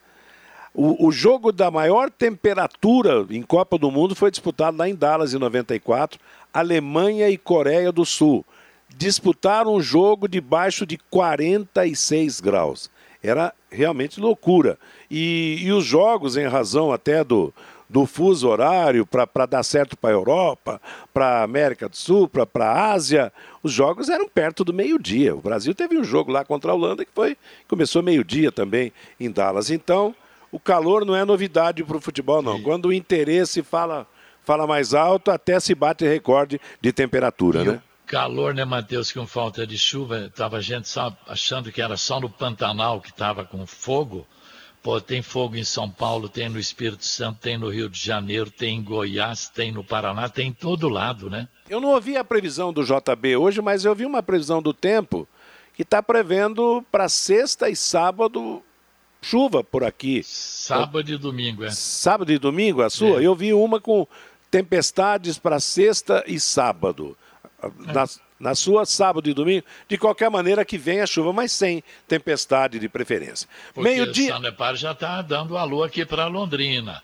O, o jogo da maior temperatura em Copa do Mundo foi disputado lá em Dallas em noventa e quatro, Alemanha e Coreia do Sul. Disputaram um jogo debaixo de quarenta e seis graus. Era realmente loucura. E, e os jogos, em razão até do, do fuso horário, para dar certo para a Europa, para a América do Sul, para a Ásia, os jogos eram perto do meio-dia. O Brasil teve um jogo lá contra a Holanda que foi, começou meio-dia também em Dallas. Então, o calor não é novidade para o futebol, não. Quando o interesse fala, fala mais alto, até se bate recorde de temperatura, e né? Calor, né, Matheus, com falta de chuva, tava gente só achando que era só no Pantanal que estava com fogo. Pô, tem fogo em São Paulo, tem no Espírito Santo, tem no Rio de Janeiro, tem em Goiás, tem no Paraná, tem em todo lado, né? Eu não ouvi a previsão do J B hoje, mas eu vi uma previsão do tempo que está prevendo para sexta e sábado chuva por aqui. Sábado e domingo, é. Sábado e domingo, a sua? É. Eu vi uma com tempestades para sexta e sábado. Na, na sua, sábado e domingo, de qualquer maneira que venha a chuva, mas sem tempestade de preferência. Porque Meio-dia... o Sanepar já está dando alô aqui para Londrina.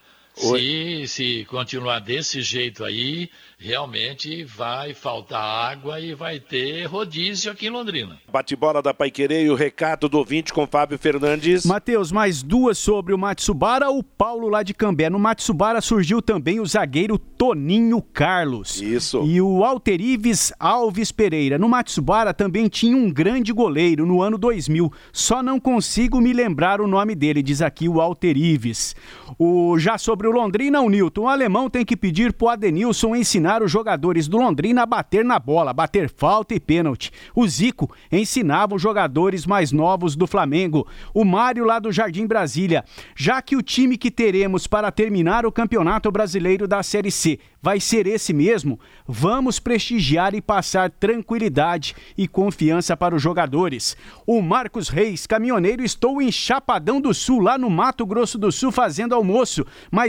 Se, se continuar desse jeito aí, realmente vai faltar água e vai ter rodízio aqui em Londrina. Bate-bola da Paiquerê e o recado do ouvinte com Fábio Fernandes. Matheus, mais duas sobre o Matsubara, o Paulo lá de Cambé. No Matsubara surgiu também o zagueiro Toninho Carlos. Isso. E o Alterives Alves Pereira. No Matsubara também tinha um grande goleiro no ano dois mil. Só não consigo me lembrar o nome dele, diz aqui o Alterives. O, já sobre o Londrina, o Nilton, o alemão tem que pedir pro Adenilson ensinar os jogadores do Londrina a bater na bola, bater falta e pênalti. O Zico ensinava os jogadores mais novos do Flamengo. O Mário lá do Jardim Brasília. Já que o time que teremos para terminar o Campeonato Brasileiro da Série C vai ser esse mesmo, vamos prestigiar e passar tranquilidade e confiança para os jogadores. O Marcos Reis, caminhoneiro, estou em Chapadão do Sul, lá no Mato Grosso do Sul, fazendo almoço, mas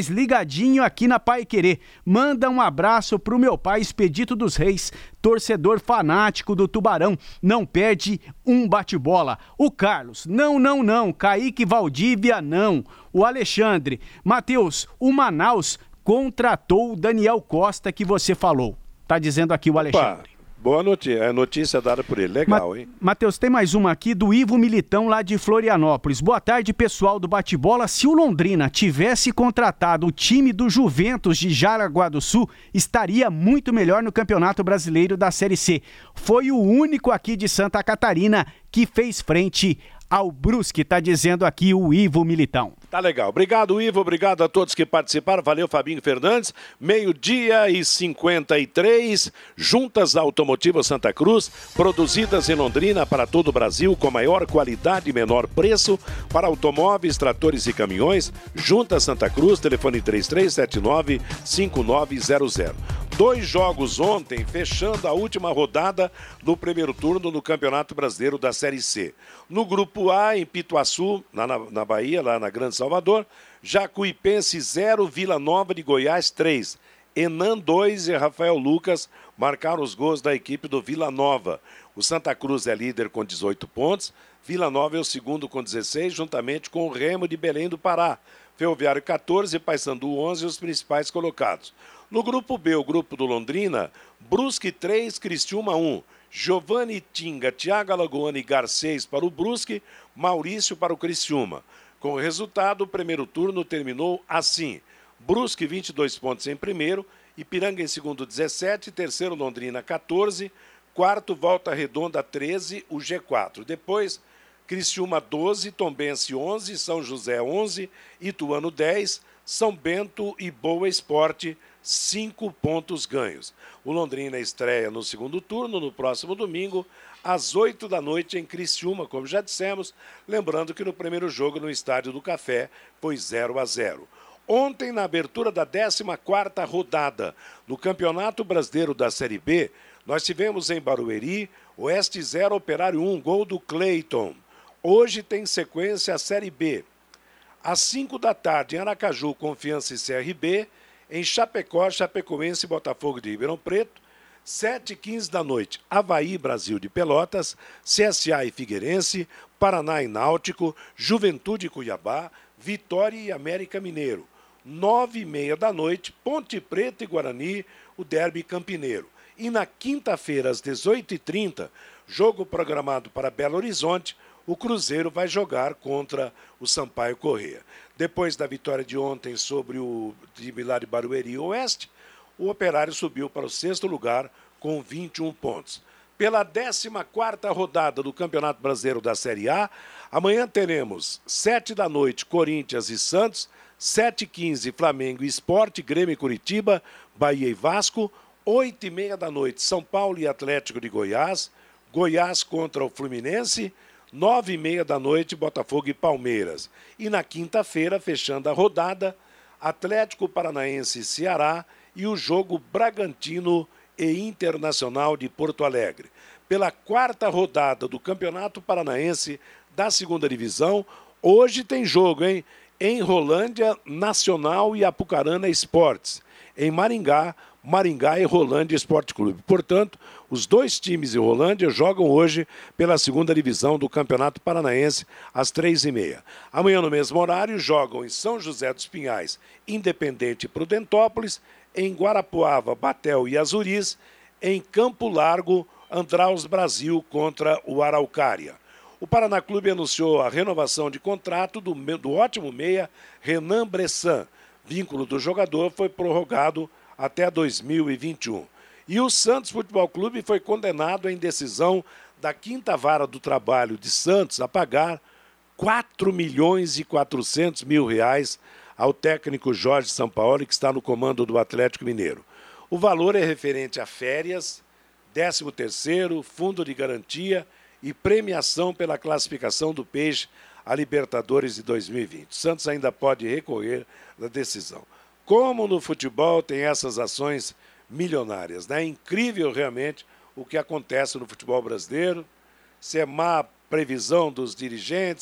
mas ligadinho aqui na Pai Querer. Manda um abraço pro meu pai Expedito dos Reis, torcedor fanático do Tubarão. Não perde um bate-bola. O Carlos, não, não, não. Kaique Valdívia, não. O Alexandre. Matheus, o Manaus contratou o Daniel Costa que você falou. Tá dizendo aqui o Alexandre. Opa. Boa notícia, é notícia dada por ele, legal, Ma- hein? Matheus, tem mais uma aqui do Ivo Militão, lá de Florianópolis. Boa tarde, pessoal do Bate-Bola. Se o Londrina tivesse contratado o time do Juventus de Jaraguá do Sul, estaria muito melhor no Campeonato Brasileiro da Série C. Foi o único aqui de Santa Catarina que fez frente ao Brusque, tá dizendo aqui o Ivo Militão. Tá legal. Obrigado, Ivo. Obrigado a todos que participaram. Valeu, Fabinho Fernandes. Meio-dia e cinquenta e três. Juntas Automotivas Santa Cruz, produzidas em Londrina para todo o Brasil, com maior qualidade e menor preço para automóveis, tratores e caminhões. Juntas Santa Cruz, telefone três três sete nove, cinco nove zero zero. Dois jogos ontem, fechando a última rodada do primeiro turno no Campeonato Brasileiro da Série C. No Grupo A, em Pituaçu, na, na Bahia, lá na Grande Salvador, Jacuipense zero, Vila Nova de Goiás três. Enan dois e Rafael Lucas marcaram os gols da equipe do Vila Nova. O Santa Cruz é líder com dezoito pontos, Vila Nova é o segundo com dezesseis, juntamente com o Remo de Belém do Pará. Ferroviário catorze, Paysandu onze, os principais colocados. No Grupo B, o grupo do Londrina, Brusque três, Criciúma um. Giovanni Tinga, Thiago Alagoano e Garcês para o Brusque, Maurício para o Criciúma. Com o resultado, o primeiro turno terminou assim. Brusque vinte e dois pontos em primeiro, Ipiranga em segundo dezessete, terceiro Londrina catorze, quarto Volta Redonda treze, o G quatro. Depois, Criciúma doze, Tombense onze, São José onze, Ituano dez, São Bento e Boa Esporte cinco pontos ganhos. O Londrina estreia no segundo turno, no próximo domingo, às oito da noite em Criciúma, como já dissemos, lembrando que no primeiro jogo no Estádio do Café foi zero a zero. Ontem, na abertura da décima quarta rodada no Campeonato Brasileiro da Série B, nós tivemos em Barueri, Oeste zero, Operário um, gol do Cleiton. Hoje tem sequência a Série B. Às cinco da tarde, em Aracaju, Confiança e C R B, em Chapecó, Chapecoense e Botafogo de Ribeirão Preto, sete e quinze da noite, Avaí, Brasil de Pelotas, C S A e Figueirense, Paraná e Náutico, Juventude e Cuiabá, Vitória e América Mineiro. nove e meia da noite, Ponte Preta e Guarani, o derby campineiro. E na quinta-feira, às dezoito e trinta, jogo programado para Belo Horizonte, o Cruzeiro vai jogar contra o Sampaio Corrêa. Depois da vitória de ontem sobre o time lá de Barueri Oeste, o Operário subiu para o sexto lugar com vinte e um pontos. Pela décima quarta rodada do Campeonato Brasileiro da Série A, amanhã teremos sete da noite Corinthians e Santos, sete e quinze Flamengo e Sport, Grêmio e Curitiba, Bahia e Vasco, oito e meia da noite São Paulo e Atlético de Goiás, Goiás contra o Fluminense, nove e meia da noite Botafogo e Palmeiras. E na quinta-feira, fechando a rodada, Atlético Paranaense e Ceará e o jogo Bragantino e Internacional de Porto Alegre. Pela quarta rodada do Campeonato Paranaense da segunda Divisão, hoje tem jogo, hein? Em Rolândia, Nacional e Apucarana Esportes. Em Maringá, Maringá e Rolândia Esporte Clube. Portanto, os dois times em Rolândia jogam hoje pela segunda divisão do Campeonato Paranaense às três e meia. Amanhã, no mesmo horário, jogam em São José dos Pinhais, Independente e Prudentópolis, em Guarapuava, Batel e Azuris, em Campo Largo, Andraus Brasil contra o Araucária. O Paraná Clube anunciou a renovação de contrato do, do ótimo meia Renan Bressan. Vínculo do jogador foi prorrogado até dois mil e vinte e um. E o Santos Futebol Clube foi condenado em decisão da quinta vara do trabalho de Santos a pagar quatro milhões e quatrocentos mil reais ao técnico Jorge Sampaoli, que está no comando do Atlético Mineiro. O valor é referente a férias, décimo terceiro, fundo de garantia e premiação pela classificação do Peixe à Libertadores de dois mil e vinte. O Santos ainda pode recorrer da decisão. Como no futebol tem essas ações milionárias, né? É incrível realmente o que acontece no futebol brasileiro. Se é má previsão dos dirigentes,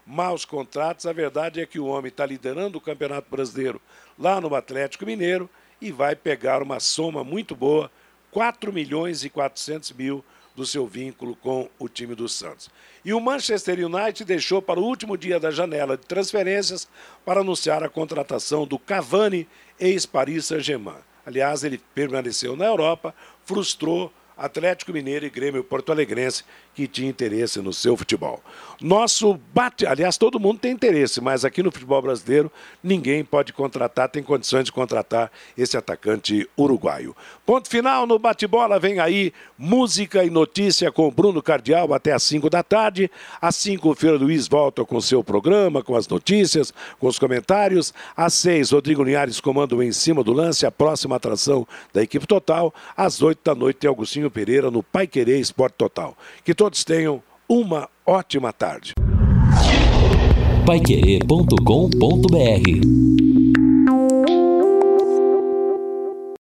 maus contratos. A verdade é que o homem está liderando o Campeonato Brasileiro lá no Atlético Mineiro e vai pegar uma soma muito boa, quatro milhões e quatrocentos mil do seu vínculo com o time do Santos. E o Manchester United deixou para o último dia da janela de transferências para anunciar a contratação do Cavani, ex-Paris Saint-Germain. Aliás, ele permaneceu na Europa, frustrou Atlético Mineiro e Grêmio Porto Alegrense, que tinha interesse no seu futebol. Nosso bate... Aliás, todo mundo tem interesse, mas aqui no futebol brasileiro, ninguém pode contratar, tem condições de contratar esse atacante uruguaio. Ponto final no bate-bola, vem aí música e notícia com Bruno Cardial até às cinco da tarde. Às cinco, o Feira Luiz volta com o seu programa, com as notícias, com os comentários. Às seis, Rodrigo Linhares comanda o Em Cima do Lance, a próxima atração da equipe total. Às oito da noite, tem Augustinho Pereira no Pai Querer Esporte Total. Que todos tenham uma ótima tarde. pai querer ponto com ponto b r